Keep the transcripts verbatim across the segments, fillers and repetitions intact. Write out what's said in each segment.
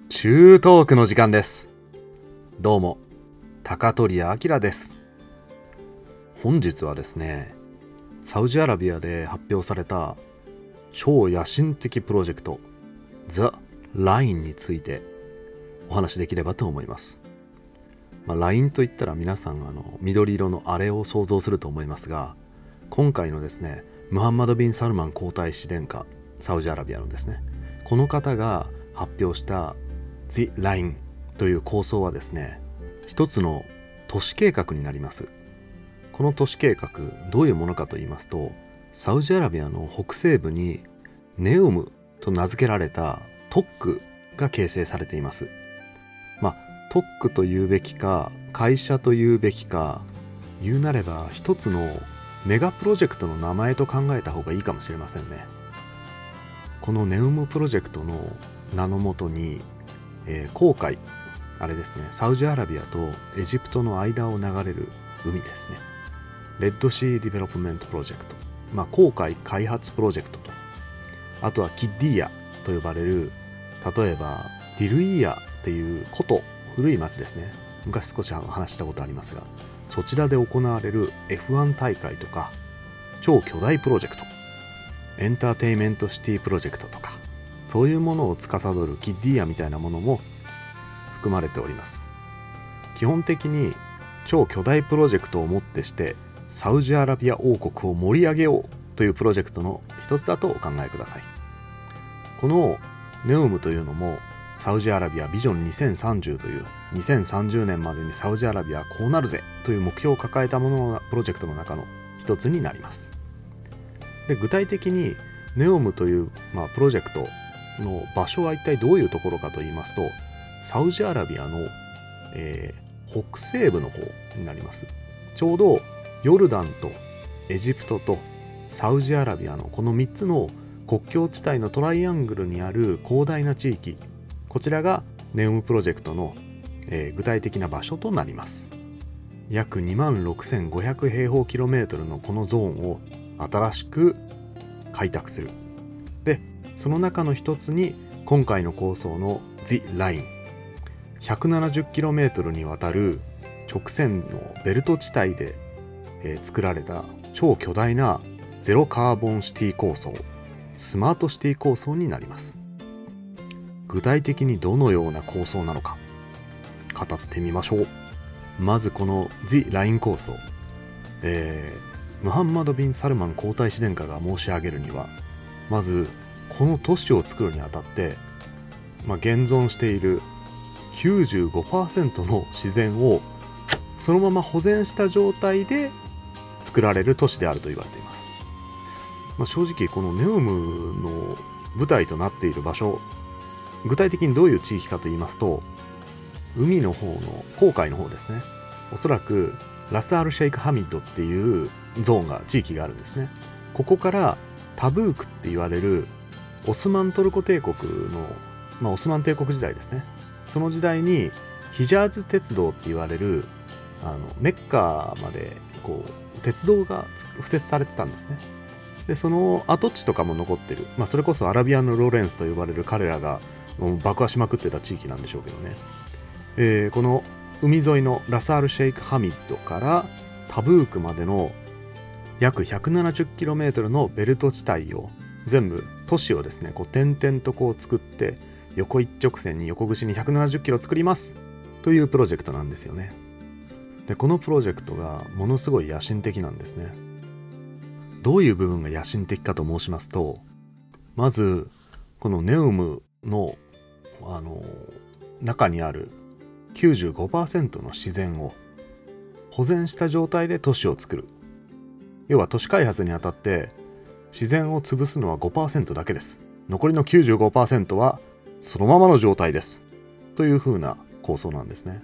中トークの時間です。どうも高取明です。本日はですね、サウジアラビアで発表された超野心的プロジェクト The Line についてお話しできればと思います。まあ、ライン といったら皆さんあの緑色のあれを想像すると思いますが、今回のですねムハンマド・ビン・サルマン皇太子殿下、サウジアラビアのですね、この方が発表したThe Line という構想はですね、一つの都市計画になります。この都市計画どういうものかと言いますと、サウジアラビアの北西部にネオムと名付けられた特区が形成されています。まあ特区というべきか会社というべきか、言うなれば一つのメガプロジェクトの名前と考えた方がいいかもしれませんね。このネオムプロジェクトの名のもとに、えー、紅海、あれですね、サウジアラビアとエジプトの間を流れる海ですね、レッドシーディベロップメントプロジェクト、まあ紅海開発プロジェクトと、あとはキッディーヤと呼ばれる、例えばディルイーヤっていう古都古い町ですね、昔少し話したことありますが、そちらで行われる エフワン 大会とか、超巨大プロジェクト、エンターテイメントシティプロジェクトとか、そういうものを司るキッディーヤみたいなものも含まれております。基本的に超巨大プロジェクトをもってしてサウジアラビア王国を盛り上げようというプロジェクトの一つだとお考えください。このネオムというのもサウジアラビアビジョンにせんさんじゅうというにせんさんじゅうねんまでにサウジアラビアはこうなるぜという目標を抱えたもののプロジェクトの中の一つになります。で、具体的にネオムという、まあ、プロジェクトの場所は一体どういうところかと言いますと、サウジアラビアの、えー、北西部の方になります。ちょうどヨルダンとエジプトとサウジアラビアのこのみっつの国境地帯のトライアングルにある広大な地域、こちらがネオムプロジェクトの、えー、具体的な場所となります。約にまんろくせんごひゃく平方キロメートルのこのゾーンを新しく開拓する。で、その中の一つに今回の構想の The Line、 ひゃくななじゅっキロメートルにわたる直線のベルト地帯で、えー、作られた超巨大なゼロカーボンシティ構想、スマートシティ構想になります。具体的にどのような構想なのか語ってみましょう。まずこの The Line 構想、えー、ムハンマド・ビン・サルマン皇太子殿下が申し上げるには、まずこの都市を作るにあたって、まあ、現存している きゅうじゅうごパーセント の自然をそのまま保全した状態で作られる都市であると言われています。まあ、正直このネオムの舞台となっている場所、具体的にどういう地域かと言いますと、海の方の紅海の方ですね。おそらくラスアル・シェイク・ハミッドっていうゾーンが地域があるんですね。ここからタブークって言われるオスマントルコ帝国の、まあ、オスマン帝国時代ですね。その時代にヒジャーズ鉄道って言われるあのメッカまでこう鉄道が敷設されてたんですね。で、その跡地とかも残ってる、まあ、それこそアラビアのロレンスと呼ばれる彼らがもう爆破しまくってた地域なんでしょうけどね。えー、この海沿いのラサール・シェイク・ハミッドからタブークまでの約 ひゃくななじゅっキロメートル のベルト地帯を全部都市をですね、こう点々とこう作って横一直線に横串にひゃくななじゅっキロ作りますというプロジェクトなんですよね。で、このプロジェクトがものすごい野心的なんですね。どういう部分が野心的かと申しますと、まずこのネオムのあの中にある きゅうじゅうごパーセント の自然を保全した状態で都市を作る。要は都市開発にあたって自然を潰すのは ごパーセント だけです。残りの きゅうじゅうごパーセント はそのままの状態ですという風な構想なんですね。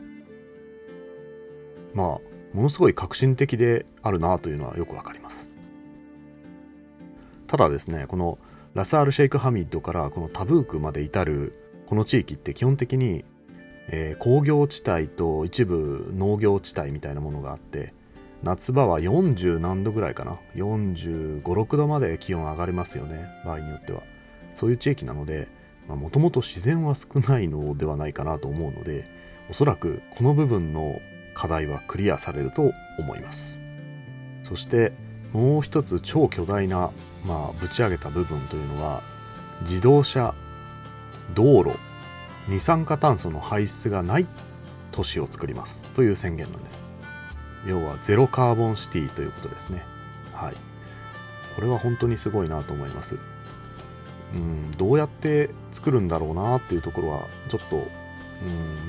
まあものすごい革新的であるなというのはよくわかります。ただですね、このラサール・シェイク・ハミッドからこのタブークまで至るこの地域って基本的に、えー、工業地帯と一部農業地帯みたいなものがあって、夏場はよんじゅう何度ぐらいかな、よんじゅうご、ろくどまで気温上がりますよね、場合によっては。そういう地域なので、 もともと自然は少ないのではないかなと思うので、おそらくこの部分の課題はクリアされると思います。そしてもう一つ超巨大な、まあ、ぶち上げた部分というのは、自動車、道路、二酸化炭素の排出がない都市を作りますという宣言なんです。要はゼロカーボンシティということですね。はい。これは本当にすごいなと思います。うん、どうやって作るんだろうなっていうところはちょっと、うん、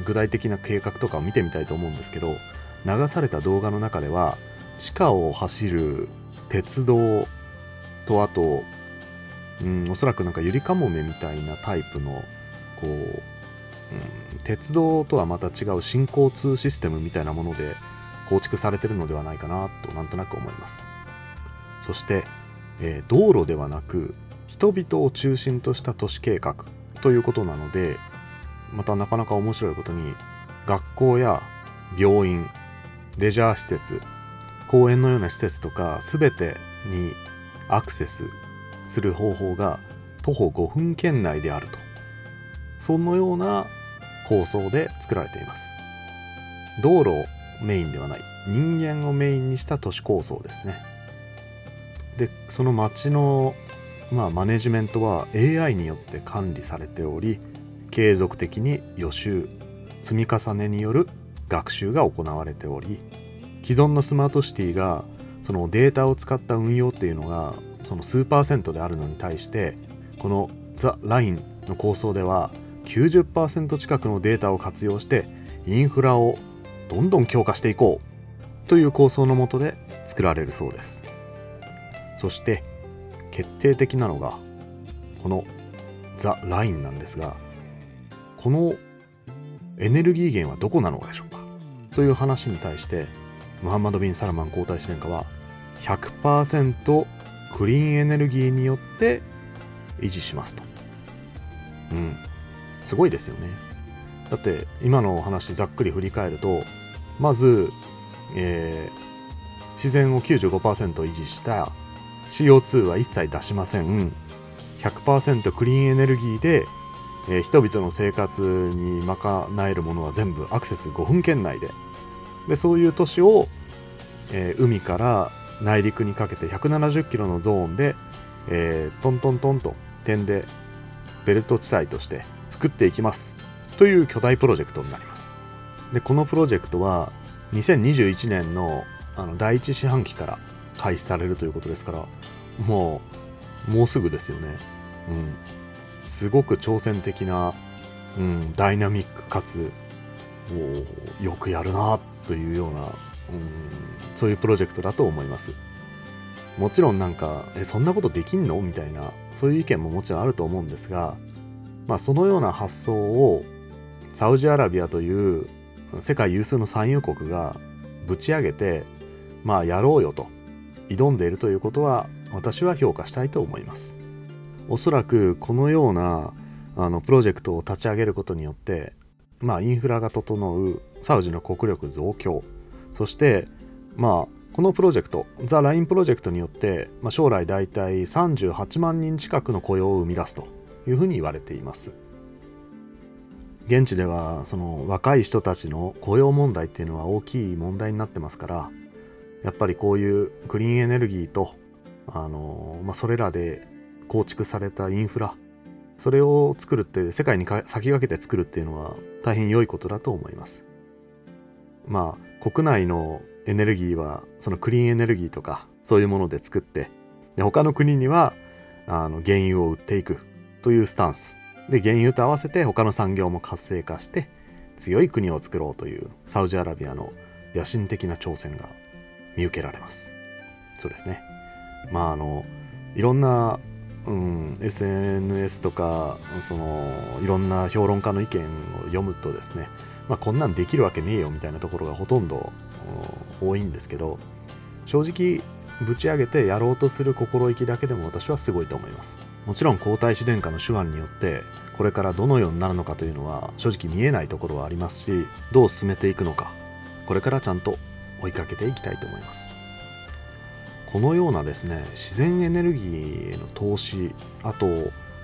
具体的な計画とかを見てみたいと思うんですけど、流された動画の中では地下を走る鉄道と、あと、うん、おそらくなんかゆりかもめみたいなタイプのこう、うん、鉄道とはまた違う新交通システムみたいなもので構築されているのではないかなとなんとなく思います。そして、えー、道路ではなく人々を中心とした都市計画ということなので、またなかなか面白いことに、学校や病院、レジャー施設、公園のような施設とか全てにアクセスする方法が徒歩ごふん圏内であると、そのような構想で作られています。道路をメインではない、人間をメインにした都市構想ですね。で、その街のまあ、マネジメントは エーアイ によって管理されており、継続的に予習、積み重ねによる学習が行われており、既存のスマートシティがそのデータを使った運用っていうのがその数パーセントであるのに対して、このザ・ラインの構想では きゅうじゅっパーセント 近くのデータを活用してインフラをどんどん強化していこうという構想の下で作られるそうです。そして決定的なのがこのザ・ラインなんですが、このエネルギー源はどこなのでしょうかという話に対して、ムハンマド・ビン・サルマン皇太子殿下は ひゃくパーセント クリーンエネルギーによって維持しますと。うん、すごいですよね。だって今のお話ざっくり振り返ると、まず、えー、自然を きゅうじゅうごパーセント 維持した シーオーツー は一切出しません。ひゃくパーセント クリーンエネルギーで、えー、人々の生活に賄えるものは全部アクセスごふん圏内で、でそういう都市を、えー、海から内陸にかけてひゃくななじゅっキロのゾーンで、えー、トントントンと点でベルト地帯として作っていきますという巨大プロジェクトになります。でこのプロジェクトはにせんにじゅういちねん の, あの第一四半期から開始されるということですから、もうもうすぐですよね。うん、すごく挑戦的な、うん、ダイナミックかつよくやるなというような、うん、そういうプロジェクトだと思います。もちろんなんかえそんなことできんのみたいな、そういう意見ももちろんあると思うんですが、まあ、そのような発想をサウジアラビアという世界有数の産油国がぶち上げて、まあやろうよと挑んでいるということは私は評価したいと思います。おそらくこのようなあのプロジェクトを立ち上げることによって、まあ、インフラが整うサウジの国力増強、そしてまあこのプロジェクトザ・ラインプロジェクトによって、まあ、将来だいたいさんじゅうはちまんにん近くの雇用を生み出すというふうに言われています。現地ではその若い人たちの雇用問題っていうのは大きい問題になってますから、やっぱりこういうクリーンエネルギーとあの、まあ、それらで構築されたインフラ、それを作るって、世界に先駆けて作るっていうのは大変良いことだと思います。まあ国内のエネルギーはそのクリーンエネルギーとかそういうもので作って、で他の国にはあの原油を売っていくというスタンスで、原油と合わせて他の産業も活性化して強い国を作ろうというサウジアラビアの野心的な挑戦が見受けられます。そうですね。まああのいろんな、うん、エスエヌエス とかそのいろんな評論家の意見を読むとですね、まあ、こんなんできるわけねえよみたいなところがほとんど多いんですけど、正直ぶち上げてやろうとする心意気だけでも私はすごいと思います。もちろん皇太子殿下の手腕によってこれからどのようになるのかというのは正直見えないところはありますし、どう進めていくのかこれからちゃんと追いかけていきたいと思います。このようなですね、自然エネルギーへの投資、あと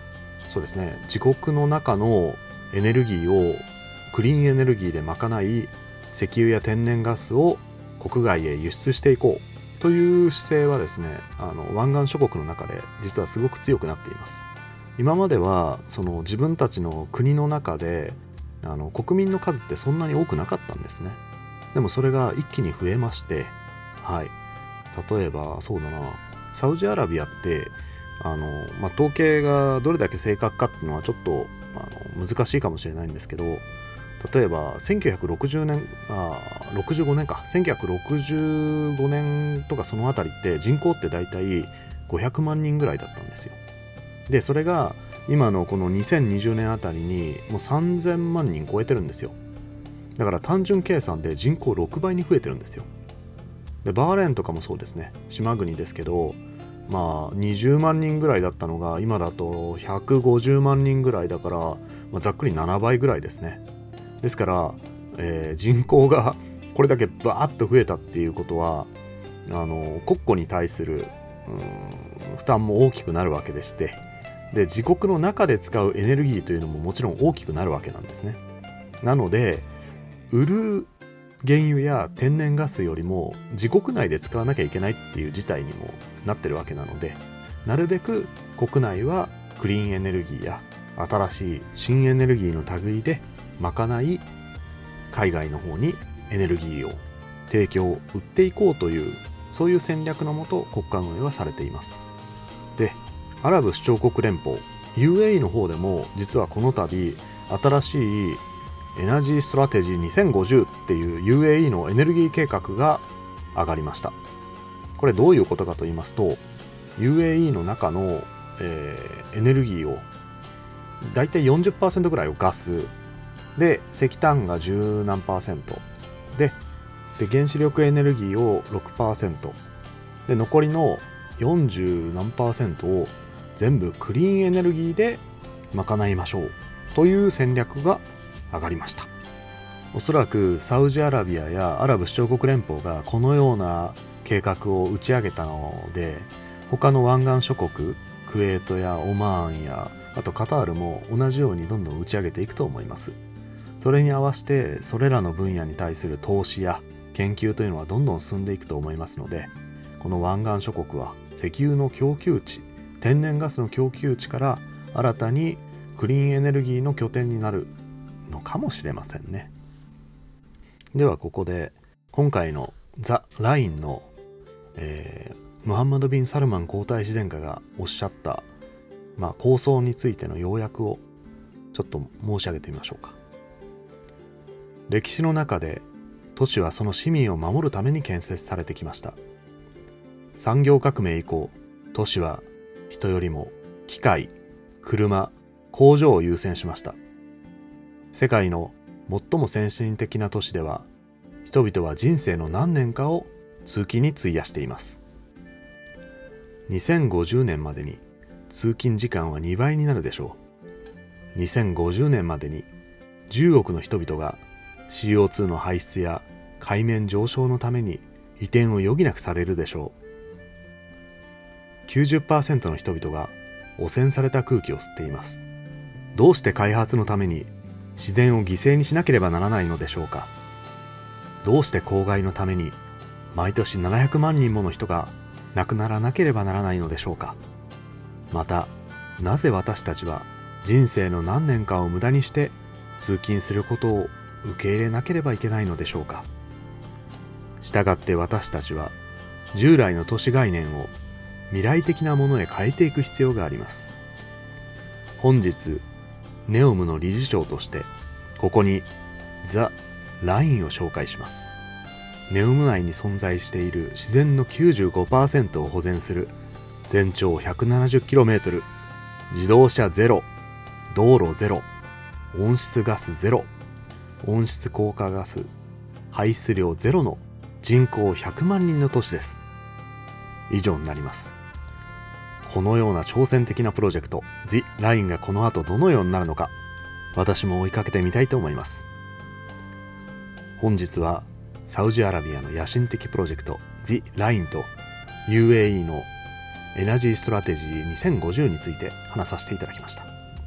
そうですね、自国の中のエネルギーをクリーンエネルギーで賄い、石油や天然ガスを国外へ輸出していこうという姿勢はですね、あの湾岸諸国の中で実はすごく強くなっています。今まではその自分たちの国の中であの国民の数ってそんなに多くなかったんですね。でもそれが一気に増えまして、はい、例えばそうだな、サウジアラビアってあの、まあ、統計がどれだけ正確かっていうのはちょっとあの難しいかもしれないんですけど、例えばせんきゅうひゃくろくじゅうねんあろくじゅうごねんかせんきゅうひゃくろくじゅうごねんとかそのあたりって人口ってだいたいごひゃくまんにんぐらいだったんですよ。でそれが今のこのにせんにじゅうねんあたりにもうさんぜんまんにん超えてるんですよ。だから単純計算で人口ろくばいに増えてるんですよ。でバーレーンとかもそうですね、島国ですけど、まあにじゅうまんにんぐらいだったのが今だとひゃくごじゅうまんにんぐらいだから、まあ、ざっくりななばいぐらいですね。ですから、えー、人口がこれだけバーッと増えたっていうことはあの国庫に対するうーん負担も大きくなるわけでして、で自国の中で使うエネルギーというのももちろん大きくなるわけなんですね。なので売る原油や天然ガスよりも自国内で使わなきゃいけないっていう事態にもなってるわけなので、なるべく国内はクリーンエネルギーや新しい新エネルギーの類で賄い、海外の方にエネルギーを提供売っていこうという、そういう戦略のもと国家運営はされています。でアラブ首長国連邦 ユーエーイー の方でも実はこの度新しいエナジーストラテジーにせんごじゅうっていう ユーエーイー のエネルギー計画が上がりました。これどういうことかと言いますと、 ユーエーイー の中の、えー、エネルギーをだいたい よんじゅっパーセント ぐらいをガスで、石炭がじゅうなんパーセント で、で原子力エネルギーを ろくパーセント で、残りのよんじゅうなんパーセントを全部クリーンエネルギーで賄いましょうという戦略が上がりました。おそらくサウジアラビアやアラブ首長国連邦がこのような計画を打ち上げたので、他の湾岸諸国、クウェートやオマーンやあとカタールも同じようにどんどん打ち上げていくと思います。それに合わせてそれらの分野に対する投資や研究というのはどんどん進んでいくと思いますので、この湾岸諸国は石油の供給地、天然ガスの供給地から新たにクリーンエネルギーの拠点になるのかもしれませんね。ではここで今回のザ・ラインの、えー、ムハンマド・ビン・サルマン皇太子殿下がおっしゃった、まあ、構想についての要約をちょっと申し上げてみましょうか。歴史の中で都市はその市民を守るために建設されてきました。産業革命以降、都市は人よりも機械、車、工場を優先しました。世界の最も先進的な都市では、人々は人生の何年かを通勤に費やしています。にせんごじゅうねんまでに通勤時間はにばいになるでしょう。にせんごじゅうねんまでにじゅうおくの人々が シーオーツー の排出や海面上昇のために移転を余儀なくされるでしょう。きゅうじゅっパーセント の人々が汚染された空気を吸っています。どうして開発のために自然を犠牲にしなければならないのでしょうか。どうして公害のために毎年ななひゃくまんにんもの人が亡くならなければならないのでしょうか。また、なぜ私たちは人生の何年かを無駄にして通勤することを受け入れなければいけないのでしょうか。したがって私たちは従来の都市概念を未来的なものへ変えていく必要があります。本日ネオムの理事長としてここにザ・ラインを紹介します。ネオム内に存在している自然の きゅうじゅうごパーセント を保全する全長 ひゃくななじゅっキロメートル、自動車ゼロ、道路ゼロ、温室ガスゼロ、温室効果ガス排出量ゼロの人口ひゃくまんにんの都市です。以上になります。このような挑戦的なプロジェクト The Line がこの後どのようになるのか、私も追いかけてみたいと思います。本日はサウジアラビアの野心的プロジェクト The Line と ユーエーイー のエナジーストラテジーにせんごじゅうについて話させていただきました。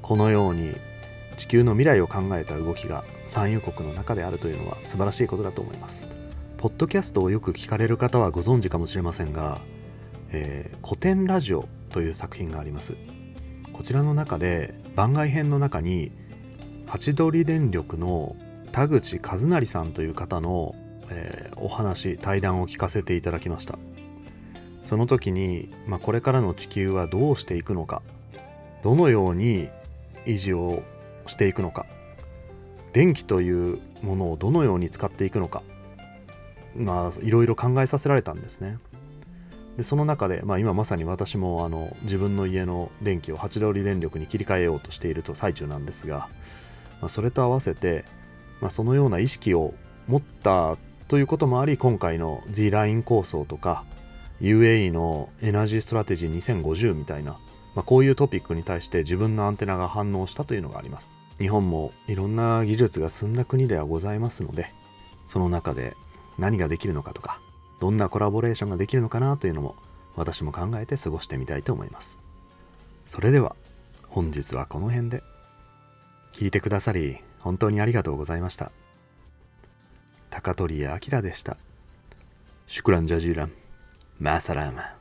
このように地球の未来を考えた動きが産油国の中であるというのは素晴らしいことだと思います。ポッドキャストをよく聞かれる方はご存知かもしれませんが、えー、古典ラジオという作品があります。こちらの中で番外編の中にハチドリ電力の田口和成さんという方の、えー、お話対談を聞かせていただきました。その時に、まあ、これからの地球はどうしていくのか、どのように維持をしていくのか、電気というものをどのように使っていくのか、まあいろいろ考えさせられたんですね。でその中で、まあ、今まさに私もあの自分の家の電気をハチドリ電力に切り替えようとしていると最中なんですが、まあ、それと合わせて、まあ、そのような意識を持ったということもあり、今回の The ライン構想とか ユーエーイー のエナジーストラテジーにせんごじゅうみたいな、まあ、こういうトピックに対して自分のアンテナが反応したというのがあります。日本もいろんな技術が進んだ国ではございますので、その中で何ができるのかとか、どんなコラボレーションができるのかなというのも私も考えて過ごしてみたいと思います。それでは本日はこの辺で。聞いてくださり本当にありがとうございました。高取明でした。シュクランジャジーランマサラーマ。